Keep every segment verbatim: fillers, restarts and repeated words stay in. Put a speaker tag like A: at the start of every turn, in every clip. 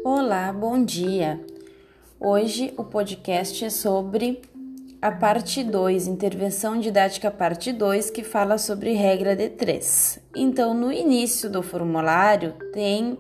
A: Olá, bom dia! Hoje o podcast é sobre a parte dois, intervenção didática parte dois, que fala sobre regra de três. Então, no início do formulário tem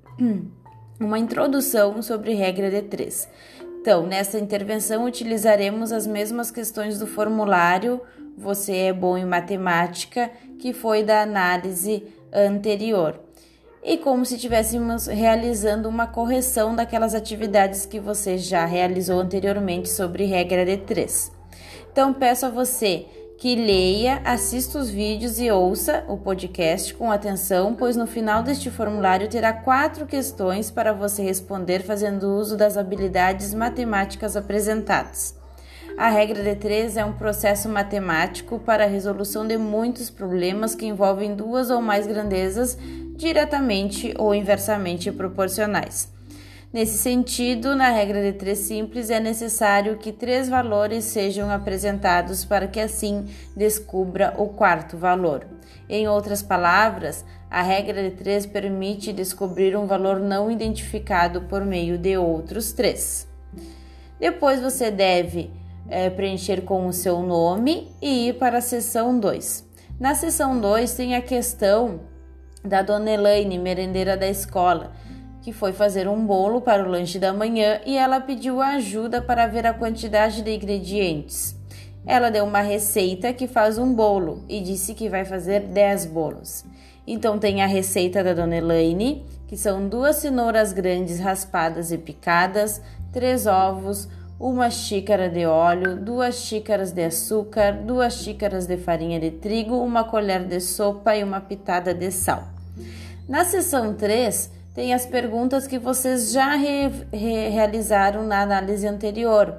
A: uma introdução sobre regra de três. Então, nessa intervenção utilizaremos as mesmas questões do formulário Você é bom em matemática, que foi da análise anterior. E como se estivéssemos realizando uma correção daquelas atividades que você já realizou anteriormente sobre regra de três. Então, peço a você que leia, assista os vídeos e ouça o podcast com atenção, pois no final deste formulário terá quatro questões para você responder fazendo uso das habilidades matemáticas apresentadas. A regra de três é um processo matemático para a resolução de muitos problemas que envolvem duas ou mais grandezas diretamente ou inversamente proporcionais. Nesse sentido, na regra de três simples, é necessário que três valores sejam apresentados para que assim descubra o quarto valor. Em outras palavras, a regra de três permite descobrir um valor não identificado por meio de outros três. Depois você deve é, preencher com o seu nome e ir para a seção dois. Na seção dois tem a questão da Dona Elaine, merendeira da escola, que foi fazer um bolo para o lanche da manhã e ela pediu ajuda para ver a quantidade de ingredientes. Ela deu uma receita que faz um bolo e disse que vai fazer dez bolos. Então tem a receita da Dona Elaine, que são duas cenouras grandes raspadas e picadas, três ovos, uma xícara de óleo, duas xícaras de açúcar, duas xícaras de farinha de trigo, uma colher de sopa e uma pitada de sal. Na seção três, tem as perguntas que vocês já re, re, realizaram na análise anterior.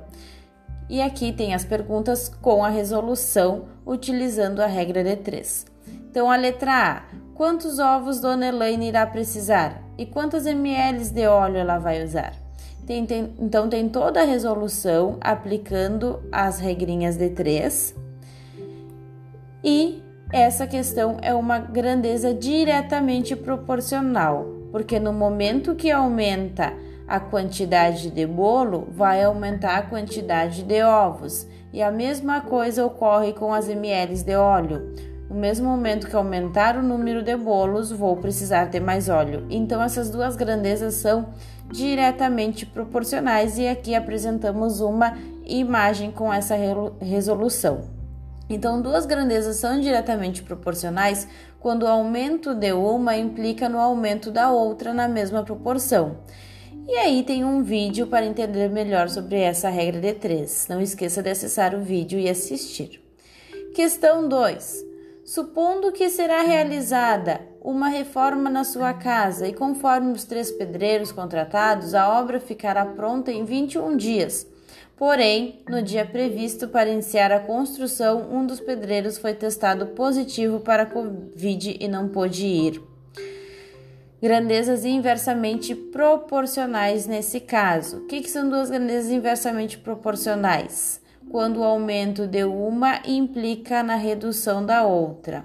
A: E aqui tem as perguntas com a resolução utilizando a regra de três. Então, a letra A. Quantos ovos Dona Elaine irá precisar? E quantas ml de óleo ela vai usar? Tem, tem, então, tem toda a resolução aplicando as regrinhas de três. E essa questão é uma grandeza diretamente proporcional, porque no momento que aumenta a quantidade de bolo, vai aumentar a quantidade de ovos. E a mesma coisa ocorre com as ml de óleo. No mesmo momento que aumentar o número de bolos, vou precisar de mais óleo. Então, essas duas grandezas são diretamente proporcionais e aqui apresentamos uma imagem com essa resolução. Então, duas grandezas são diretamente proporcionais quando o aumento de uma implica no aumento da outra na mesma proporção. E aí tem um vídeo para entender melhor sobre essa regra de três. Não esqueça de acessar o vídeo e assistir. Questão dois. Supondo que será realizada uma reforma na sua casa e conforme os três pedreiros contratados, a obra ficará pronta em vinte e um dias. Porém, no dia previsto para iniciar a construção, um dos pedreiros foi testado positivo para a Covid e não pôde ir. Grandezas inversamente proporcionais nesse caso. O que, que são duas grandezas inversamente proporcionais? Quando o aumento de uma implica na redução da outra.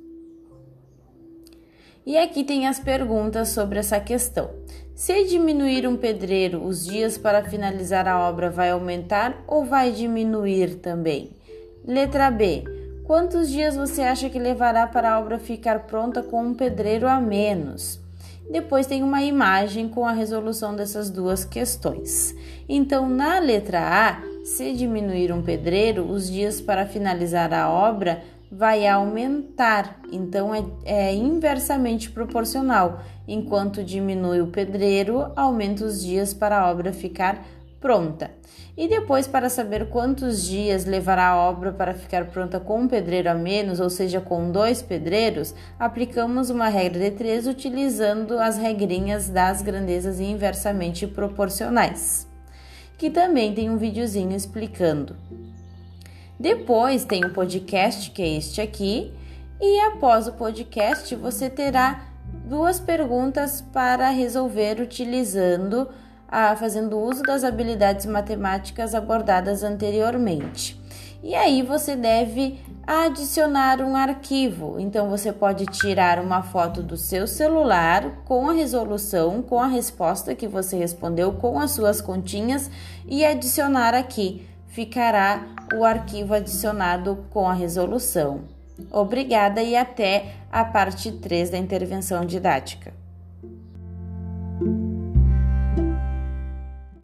A: E aqui tem as perguntas sobre essa questão. Se diminuir um pedreiro, os dias para finalizar a obra vai aumentar ou vai diminuir também? Letra B. Quantos dias você acha que levará para a obra ficar pronta com um pedreiro a menos? Depois tem uma imagem com a resolução dessas duas questões. Então, na letra A, se diminuir um pedreiro, os dias para finalizar a obra vai aumentar, então é, é inversamente proporcional. Enquanto diminui o pedreiro, aumenta os dias para a obra ficar pronta. E depois, para saber quantos dias levará a obra para ficar pronta com um pedreiro a menos, ou seja, com dois pedreiros, aplicamos uma regra de três utilizando as regrinhas das grandezas inversamente proporcionais, que também tem um videozinho explicando. Depois tem um podcast, que é este aqui, e após o podcast você terá duas perguntas para resolver utilizando, a, fazendo uso das habilidades matemáticas abordadas anteriormente. E aí você deve adicionar um arquivo. Então você pode tirar uma foto do seu celular com a resolução, com a resposta que você respondeu, com as suas continhas e adicionar aqui. Ficará o arquivo adicionado com a resolução. Obrigada e até a parte três da intervenção didática.